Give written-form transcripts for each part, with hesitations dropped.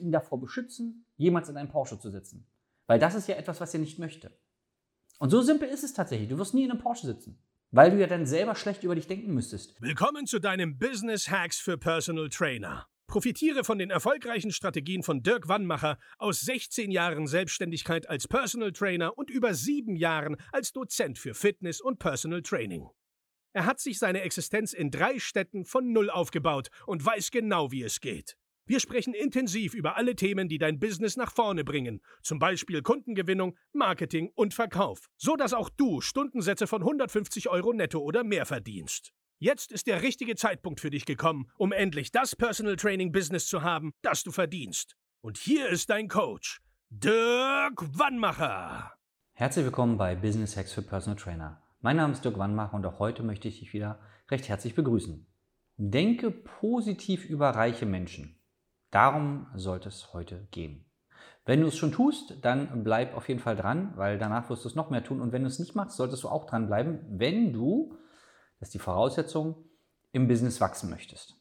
ihn davor beschützen, jemals in einen Porsche zu sitzen. Weil das ist ja etwas, was er nicht möchte. Und so simpel ist es tatsächlich. Du wirst nie in einem Porsche sitzen, weil du ja dann selber schlecht über dich denken müsstest. Willkommen zu deinem Business Hacks für Personal Trainer. Profitiere von den erfolgreichen Strategien von Dirk Wannmacher aus 16 Jahren Selbstständigkeit als Personal Trainer und über 7 Jahren als Dozent für Fitness und Personal Training. Er hat sich seine Existenz in 3 Städten von Null aufgebaut und weiß genau, wie es geht. Wir sprechen intensiv über alle Themen, die dein Business nach vorne bringen, zum Beispiel Kundengewinnung, Marketing und Verkauf, so dass auch du Stundensätze von 150 € netto oder mehr verdienst. Jetzt ist der richtige Zeitpunkt für dich gekommen, um endlich das Personal Training Business zu haben, das du verdienst. Und hier ist dein Coach, Dirk Wannmacher. Herzlich willkommen bei Business Hacks für Personal Trainer. Mein Name ist Dirk Wannmacher und auch heute möchte ich dich wieder recht herzlich begrüßen. Denke positiv über reiche Menschen. Darum sollte es heute gehen. Wenn du es schon tust, dann bleib auf jeden Fall dran, weil danach wirst du es noch mehr tun. Und wenn du es nicht machst, solltest du auch dranbleiben, wenn du, das ist die Voraussetzung, im Business wachsen möchtest.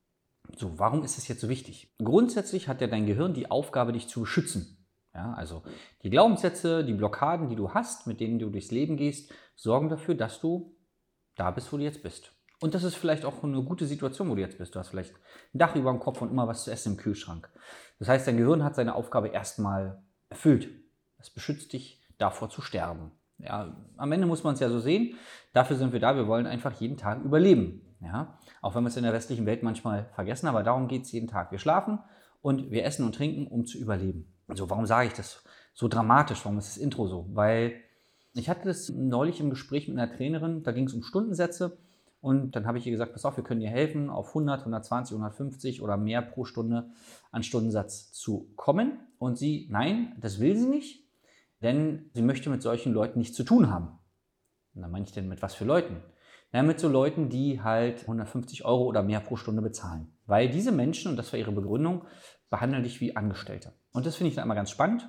So, warum ist es jetzt so wichtig? Grundsätzlich hat ja dein Gehirn die Aufgabe, dich zu beschützen. Ja, also die Glaubenssätze, die Blockaden, die du hast, mit denen du durchs Leben gehst, sorgen dafür, dass du da bist, wo du jetzt bist. Und das ist vielleicht auch eine gute Situation, wo du jetzt bist. Du hast vielleicht ein Dach über dem Kopf und immer was zu essen im Kühlschrank. Das heißt, dein Gehirn hat seine Aufgabe erstmal erfüllt. Es beschützt dich davor zu sterben. Ja, am Ende muss man es ja so sehen. Dafür sind wir da. Wir wollen einfach jeden Tag überleben. Ja, auch wenn wir es in der westlichen Welt manchmal vergessen, aber darum geht es jeden Tag. Wir schlafen und wir essen und trinken, um zu überleben. Also warum sage ich das so dramatisch? Warum ist das Intro so? Weil ich hatte das neulich im Gespräch mit einer Trainerin, da ging es um Stundensätze. Und dann habe ich ihr gesagt, pass auf, wir können dir helfen, auf 100, 120, 150 oder mehr pro Stunde an Stundensatz zu kommen. Und sie, nein, das will sie nicht, denn sie möchte mit solchen Leuten nichts zu tun haben. Und dann meine ich denn mit was für Leuten? Ja, mit so Leuten, die halt 150 € oder mehr pro Stunde bezahlen. Weil diese Menschen, und das war ihre Begründung, behandeln dich wie Angestellte. Und das finde ich dann immer ganz spannend.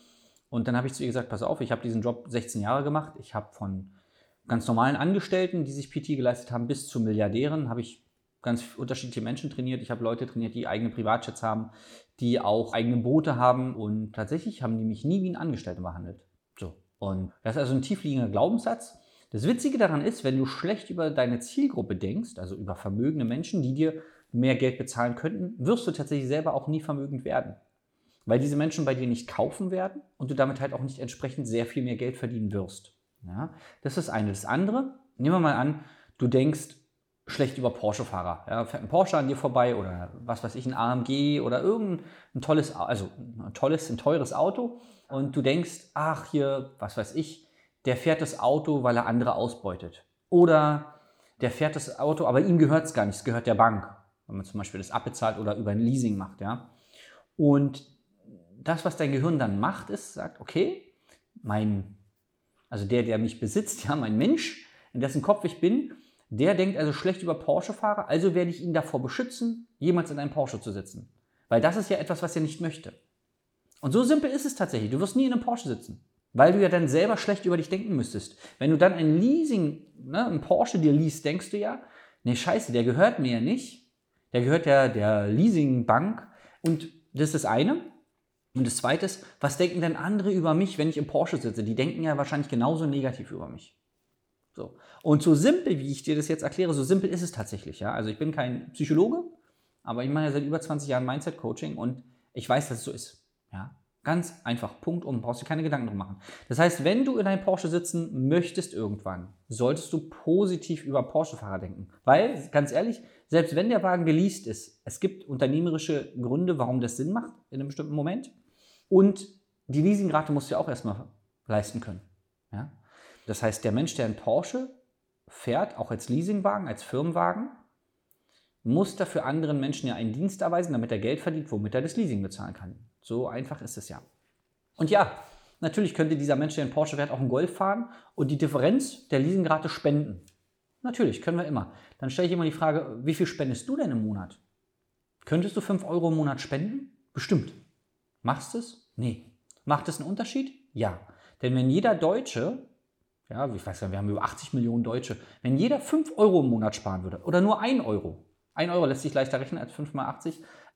Und dann habe ich zu ihr gesagt, pass auf, ich habe diesen Job 16 Jahre gemacht. Ich habe von ganz normalen Angestellten, die sich PT geleistet haben, bis zu Milliardären, habe ich ganz unterschiedliche Menschen trainiert. Ich habe Leute trainiert, die eigene Privatjets haben, die auch eigene Boote haben und tatsächlich haben die mich nie wie einen Angestellten behandelt. So. Und das ist also ein tiefliegender Glaubenssatz. Das Witzige daran ist, wenn du schlecht über deine Zielgruppe denkst, also über vermögende Menschen, die dir mehr Geld bezahlen könnten, wirst du tatsächlich selber auch nie vermögend werden. Weil diese Menschen bei dir nicht kaufen werden und du damit halt auch nicht entsprechend sehr viel mehr Geld verdienen wirst. Ja, das ist das eine. Das andere, nehmen wir mal an, du denkst schlecht über Porsche-Fahrer. Ja, fährt ein Porsche an dir vorbei oder was weiß ich, ein AMG oder irgendein tolles, also ein teures Auto und du denkst, ach hier, was weiß ich, der fährt das Auto, weil er andere ausbeutet. Oder der fährt das Auto, aber ihm gehört es gar nicht, es gehört der Bank, wenn man zum Beispiel das abbezahlt oder über ein Leasing macht. Ja. Und das, was dein Gehirn dann macht, ist, sagt, okay, der mich besitzt, ja, mein Mensch, in dessen Kopf ich bin, der denkt also schlecht über Porsche-Fahrer, also werde ich ihn davor beschützen, jemals in einen Porsche zu sitzen. Weil das ist ja etwas, was er nicht möchte. Und so simpel ist es tatsächlich. Du wirst nie in einem Porsche sitzen, weil du ja dann selber schlecht über dich denken müsstest. Wenn du dann ein Leasing, ein Porsche dir liest, denkst du ja, nee, scheiße, der gehört mir ja nicht. Der gehört ja der Leasingbank. Und das ist das eine. Und das Zweite ist, was denken denn andere über mich, wenn ich im Porsche sitze? Die denken ja wahrscheinlich genauso negativ über mich. So. Und so simpel, wie ich dir das jetzt erkläre, so simpel ist es tatsächlich. Ja? Also ich bin kein Psychologe, aber ich mache ja seit über 20 Jahren Mindset-Coaching und ich weiß, dass es so ist. Ja? Ganz einfach, Punkt brauchst du keine Gedanken drum machen. Das heißt, wenn du in einem Porsche sitzen möchtest irgendwann, solltest du positiv über Porsche-Fahrer denken. Weil, ganz ehrlich, selbst wenn der Wagen geleast ist, es gibt unternehmerische Gründe, warum das Sinn macht in einem bestimmten Moment. Und die Leasingrate musst du ja auch erstmal leisten können. Ja? Das heißt, der Mensch, der einen Porsche fährt, auch als Leasingwagen, als Firmenwagen, muss dafür anderen Menschen ja einen Dienst erweisen, damit er Geld verdient, womit er das Leasing bezahlen kann. So einfach ist es ja. Und ja, natürlich könnte dieser Mensch, der einen Porsche fährt, auch einen Golf fahren und die Differenz der Leasingrate spenden. Natürlich, können wir immer. Dann stelle ich immer die Frage, wie viel spendest du denn im Monat? Könntest du 5 € im Monat spenden? Bestimmt. Machst du es? Nee. Macht es einen Unterschied? Ja. Denn wenn jeder Deutsche, ja, ich weiß ja, wir haben über 80 Millionen Deutsche, wenn jeder 5 € im Monat sparen würde oder nur 1 €, 1 € lässt sich leichter rechnen als 5 mal 80,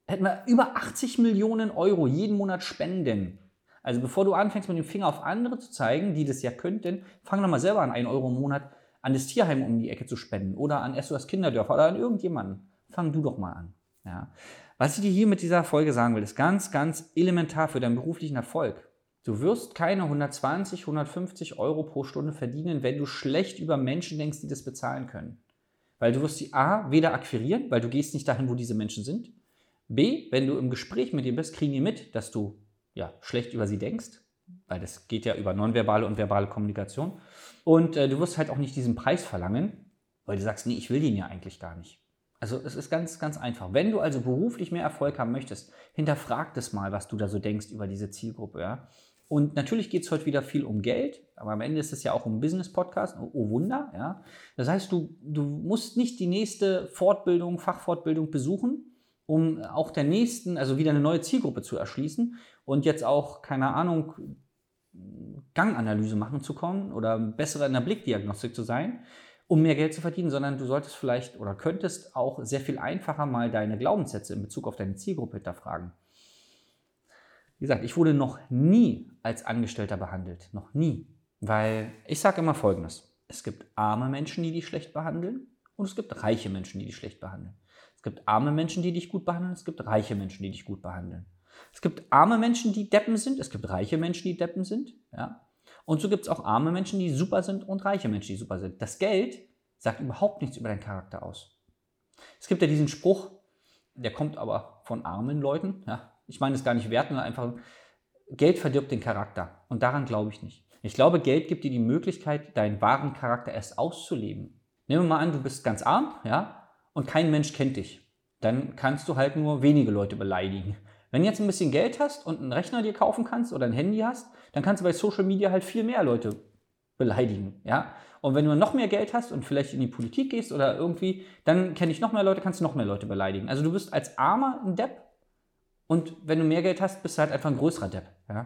Hätten wir über 80 Millionen Euro jeden Monat spenden. Also bevor du anfängst, mit dem Finger auf andere zu zeigen, die das ja könnten, fang doch mal selber an, 1 Euro im Monat an das Tierheim um die Ecke zu spenden oder an SOS Kinderdörfer oder an irgendjemanden. Fang du doch mal an. Ja. Was ich dir hier mit dieser Folge sagen will, ist ganz, ganz elementar für deinen beruflichen Erfolg. Du wirst keine 120, 150 Euro pro Stunde verdienen, wenn du schlecht über Menschen denkst, die das bezahlen können. Weil du wirst sie A, weder akquirieren, weil du gehst nicht dahin, wo diese Menschen sind. B, wenn du im Gespräch mit ihnen bist, kriegen die mit, dass du schlecht über sie denkst, weil das geht ja über nonverbale und verbale Kommunikation. Und du wirst halt auch nicht diesen Preis verlangen, weil du sagst, nee, ich will den ja eigentlich gar nicht. Also es ist ganz, ganz einfach. Wenn du also beruflich mehr Erfolg haben möchtest, hinterfrag das mal, was du da so denkst über diese Zielgruppe. Ja? Und natürlich geht es heute wieder viel um Geld, aber am Ende ist es ja auch ein Business-Podcast, oh Wunder. Ja? Das heißt, du musst nicht die nächste Fortbildung, Fachfortbildung besuchen, um auch der nächsten, also wieder eine neue Zielgruppe zu erschließen und jetzt auch, keine Ahnung, Ganganalyse machen zu können oder besser in der Blickdiagnostik zu sein, um mehr Geld zu verdienen, sondern du solltest vielleicht oder könntest auch sehr viel einfacher mal deine Glaubenssätze in Bezug auf deine Zielgruppe hinterfragen. Wie gesagt, ich wurde noch nie als Angestellter behandelt, noch nie, weil ich sage immer Folgendes: Es gibt arme Menschen, die dich schlecht behandeln und es gibt reiche Menschen, die dich schlecht behandeln. Es gibt arme Menschen, die dich gut behandeln, es gibt reiche Menschen, die dich gut behandeln. Es gibt arme Menschen, die Deppen sind, es gibt reiche Menschen, die Deppen sind. Ja? Und so gibt es auch arme Menschen, die super sind und reiche Menschen, die super sind. Das Geld sagt überhaupt nichts über deinen Charakter aus. Es gibt ja diesen Spruch, der kommt aber von armen Leuten. Ja? Ich meine es gar nicht werten, sondern einfach, Geld verdirbt den Charakter. Und daran glaube ich nicht. Ich glaube, Geld gibt dir die Möglichkeit, deinen wahren Charakter erst auszuleben. Nehmen wir mal an, du bist ganz arm, ja? Und kein Mensch kennt dich. Dann kannst du halt nur wenige Leute beleidigen. Wenn du jetzt ein bisschen Geld hast und einen Rechner dir kaufen kannst oder ein Handy hast, dann kannst du bei Social Media halt viel mehr Leute beleidigen. Ja? Und wenn du noch mehr Geld hast und vielleicht in die Politik gehst oder irgendwie, dann kenne ich noch mehr Leute, kannst du noch mehr Leute beleidigen. Also du bist als Armer ein Depp und wenn du mehr Geld hast, bist du halt einfach ein größerer Depp.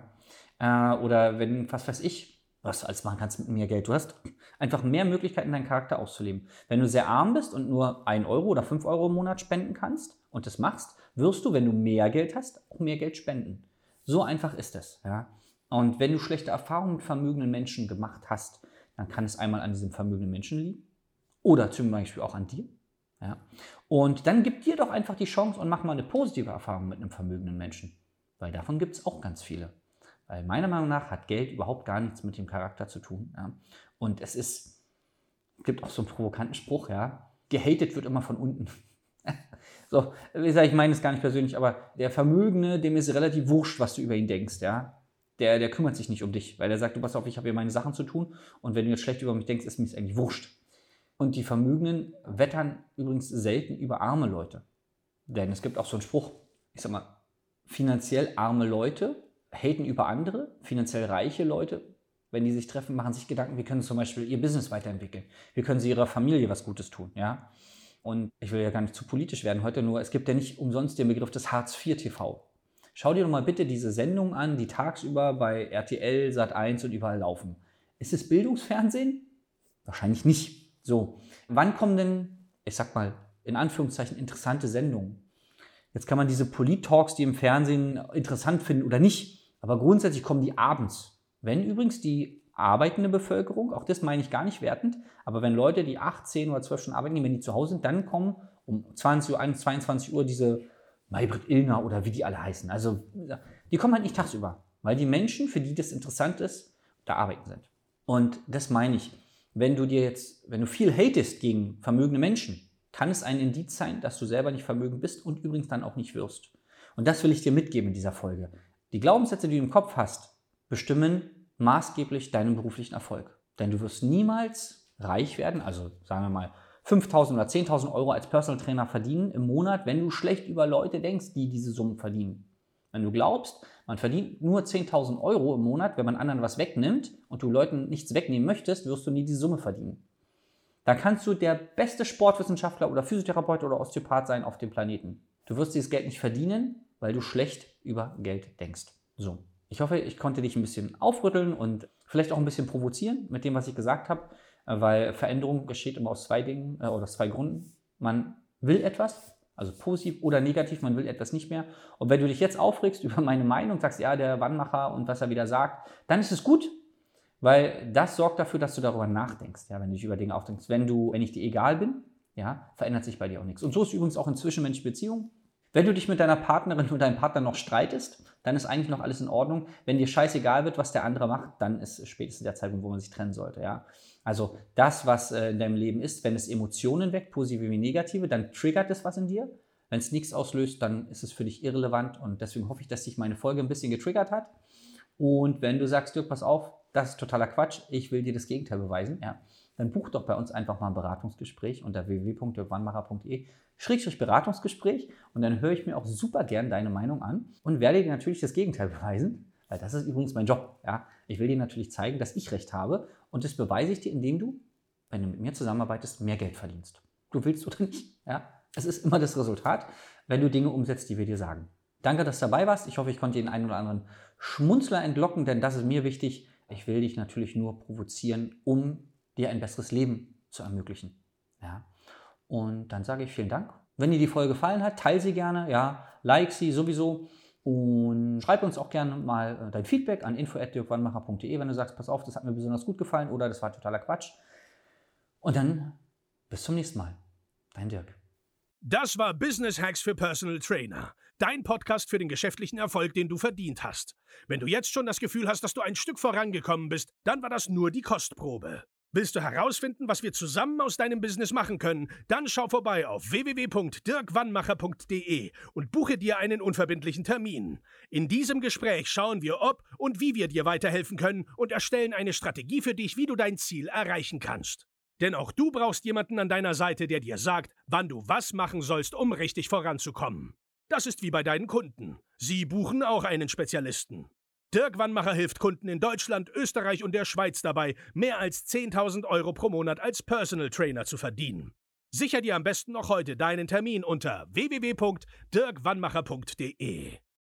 Ja? Oder wenn, was weiß ich, was du alles machen kannst mit mehr Geld. Du hast einfach mehr Möglichkeiten, deinen Charakter auszuleben. Wenn du sehr arm bist und nur 1 Euro oder 5 Euro im Monat spenden kannst und das machst, wirst du, wenn du mehr Geld hast, auch mehr Geld spenden. So einfach ist es. Ja? Und wenn du schlechte Erfahrungen mit vermögenden Menschen gemacht hast, dann kann es einmal an diesem vermögenden Menschen liegen oder zum Beispiel auch an dir. Ja? Und dann gib dir doch einfach die Chance und mach mal eine positive Erfahrung mit einem vermögenden Menschen. Weil davon gibt es auch ganz viele. Weil meiner Meinung nach hat Geld überhaupt gar nichts mit dem Charakter zu tun. Ja? Und es gibt auch so einen provokanten Spruch, ja, gehatet wird immer von unten. So, wie gesagt, ich meine es gar nicht persönlich, aber der Vermögende, dem ist relativ wurscht, was du über ihn denkst, ja. Der kümmert sich nicht um dich, weil der sagt, du pass auf, ich habe hier meine Sachen zu tun und wenn du jetzt schlecht über mich denkst, ist mir das eigentlich wurscht. Und die Vermögenden wettern übrigens selten über arme Leute. Denn es gibt auch so einen Spruch, ich sag mal, finanziell arme Leute haten über andere, finanziell reiche Leute, wenn die sich treffen, machen sich Gedanken, wie können sie zum Beispiel ihr Business weiterentwickeln, wie können sie ihrer Familie was Gutes tun, ja. Und ich will ja gar nicht zu politisch werden heute, nur es gibt ja nicht umsonst den Begriff des Hartz-IV-TV. Schau dir doch mal bitte diese Sendungen an, die tagsüber bei RTL, Sat.1 und überall laufen. Ist es Bildungsfernsehen? Wahrscheinlich nicht. So, wann kommen denn, ich sag mal, in Anführungszeichen interessante Sendungen? Jetzt kann man diese Polit-Talks, die im Fernsehen interessant finden oder nicht, aber grundsätzlich kommen die abends. Wenn übrigens die arbeitende Bevölkerung, auch das meine ich gar nicht wertend, aber wenn Leute, die 8, 10 oder 12 Stunden arbeiten, wenn die zu Hause sind, dann kommen um 20 Uhr, 22 Uhr diese Maybrit Illner oder wie die alle heißen. Also die kommen halt nicht tagsüber, weil die Menschen, für die das interessant ist, da arbeiten sind. Und das meine ich. Wenn du viel hatest gegen vermögende Menschen, kann es ein Indiz sein, dass du selber nicht vermögend bist und übrigens dann auch nicht wirst. Und das will ich dir mitgeben in dieser Folge. Die Glaubenssätze, die du im Kopf hast, bestimmen maßgeblich deinen beruflichen Erfolg. Denn du wirst niemals reich werden, also sagen wir mal 5.000 oder 10.000 Euro als Personal Trainer verdienen im Monat, wenn du schlecht über Leute denkst, die diese Summen verdienen. Wenn du glaubst, man verdient nur 10.000 Euro im Monat, wenn man anderen was wegnimmt und du Leuten nichts wegnehmen möchtest, wirst du nie diese Summe verdienen. Dann kannst du der beste Sportwissenschaftler oder Physiotherapeut oder Osteopath sein auf dem Planeten. Du wirst dieses Geld nicht verdienen, weil du schlecht über Geld denkst. So. Ich hoffe, ich konnte dich ein bisschen aufrütteln und vielleicht auch ein bisschen provozieren mit dem, was ich gesagt habe, weil Veränderung geschieht immer aus 2 Dingen oder aus 2 Gründen. Man will etwas Also positiv oder negativ, man will etwas nicht mehr. Und wenn du dich jetzt aufregst über meine Meinung, sagst, ja, der Wannmacher und was er wieder sagt, dann ist es gut, weil das sorgt dafür, dass du darüber nachdenkst, ja, wenn du dich über Dinge aufdenkst. Wenn ich dir egal bin, ja, verändert sich bei dir auch nichts. Und so ist es übrigens auch in zwischenmenschlichen Beziehungen. Wenn du dich mit deiner Partnerin oder deinem Partner noch streitest, dann ist eigentlich noch alles in Ordnung. Wenn dir scheißegal wird, was der andere macht, dann ist spätestens der Zeitpunkt, wo man sich trennen sollte. Ja? Also das, was in deinem Leben ist, wenn es Emotionen weckt, positive wie negative, dann triggert es was in dir. Wenn es nichts auslöst, dann ist es für dich irrelevant. Und deswegen hoffe ich, dass dich meine Folge ein bisschen getriggert hat. Und wenn du sagst, Dirk, pass auf, das ist totaler Quatsch, ich will dir das Gegenteil beweisen, ja, dann buch doch bei uns einfach mal ein Beratungsgespräch unter www.dirkwannmacher.de/Beratungsgespräch und dann höre ich mir auch super gern deine Meinung an und werde dir natürlich das Gegenteil beweisen, weil das ist übrigens mein Job. Ja. Ich will dir natürlich zeigen, dass ich recht habe und das beweise ich dir, indem du, wenn du mit mir zusammenarbeitest, mehr Geld verdienst. Du willst oder nicht. Ja. Es ist immer das Resultat, wenn du Dinge umsetzt, die wir dir sagen. Danke, dass du dabei warst. Ich hoffe, ich konnte den einen oder anderen Schmunzler entlocken, denn das ist mir wichtig. Ich will dich natürlich nur provozieren, um dir ein besseres Leben zu ermöglichen. Ja. Und dann sage ich vielen Dank. Wenn dir die Folge gefallen hat, teile sie gerne, ja, like sie sowieso und schreib uns auch gerne mal dein Feedback an info@dirkwannmacher.de, wenn du sagst, pass auf, das hat mir besonders gut gefallen oder das war totaler Quatsch. Und dann bis zum nächsten Mal. Dein Dirk. Das war Business Hacks für Personal Trainer. Dein Podcast für den geschäftlichen Erfolg, den du verdient hast. Wenn du jetzt schon das Gefühl hast, dass du ein Stück vorangekommen bist, dann war das nur die Kostprobe. Willst du herausfinden, was wir zusammen aus deinem Business machen können? Dann schau vorbei auf www.dirkwannmacher.de und buche dir einen unverbindlichen Termin. In diesem Gespräch schauen wir, ob und wie wir dir weiterhelfen können und erstellen eine Strategie für dich, wie du dein Ziel erreichen kannst. Denn auch du brauchst jemanden an deiner Seite, der dir sagt, wann du was machen sollst, um richtig voranzukommen. Das ist wie bei deinen Kunden. Sie buchen auch einen Spezialisten. Dirk Wannmacher hilft Kunden in Deutschland, Österreich und der Schweiz dabei, mehr als 10.000 Euro pro Monat als Personal Trainer zu verdienen. Sicher dir am besten noch heute deinen Termin unter www.dirkwannmacher.de.